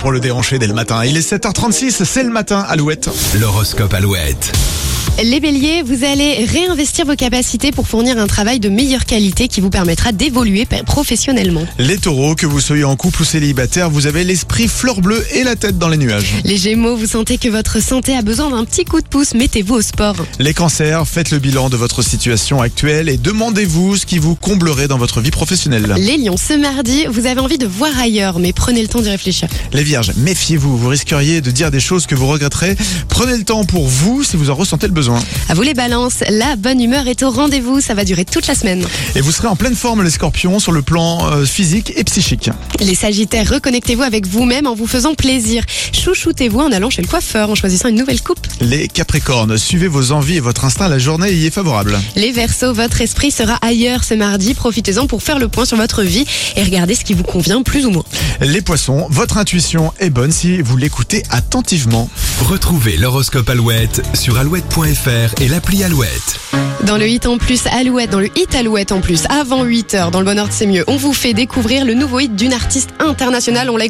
pour le déhancher dès le matin. Il est 7h36, c'est le matin, Alouette. L'horoscope Alouette. Les béliers, vous allez réinvestir vos capacités pour fournir un travail de meilleure qualité qui vous permettra d'évoluer professionnellement. Les taureaux, que vous soyez en couple ou célibataire, vous avez l'esprit fleur bleue et la tête dans les nuages. Les gémeaux, vous sentez que votre santé a besoin d'un petit coup de pouce, mettez-vous au sport. Les cancers, faites le bilan de votre situation actuelle et demandez-vous ce qui vous comblerait dans votre vie professionnelle. Les lions, ce mardi, vous avez envie de voir ailleurs, mais prenez le temps d'y réfléchir. Les vierges, méfiez-vous, vous risqueriez de dire des choses que vous regretterez. Prenez le temps pour vous si vous en ressentez le besoin. À vous les balances, la bonne humeur est au rendez-vous, ça va durer toute la semaine. Et vous serez en pleine forme les scorpions sur le plan physique et psychique. Les sagittaires, reconnectez-vous avec vous-même en vous faisant plaisir. Chouchoutez-vous en allant chez le coiffeur, en choisissant une nouvelle coupe. Les capricornes, suivez vos envies et votre instinct, la journée y est favorable. Les verseaux, votre esprit sera ailleurs ce mardi, profitez-en pour faire le point sur votre vie et regardez ce qui vous convient plus ou moins. Les poissons, votre intuition est bonne si vous l'écoutez attentivement. Retrouvez l'horoscope Alouette sur alouette.fr et l'appli Alouette. Dans le hit en plus Alouette, dans le hit Alouette en plus, avant 8h, dans le bonheur c'est mieux, on vous fait découvrir le nouveau hit d'une artiste internationale. On l'a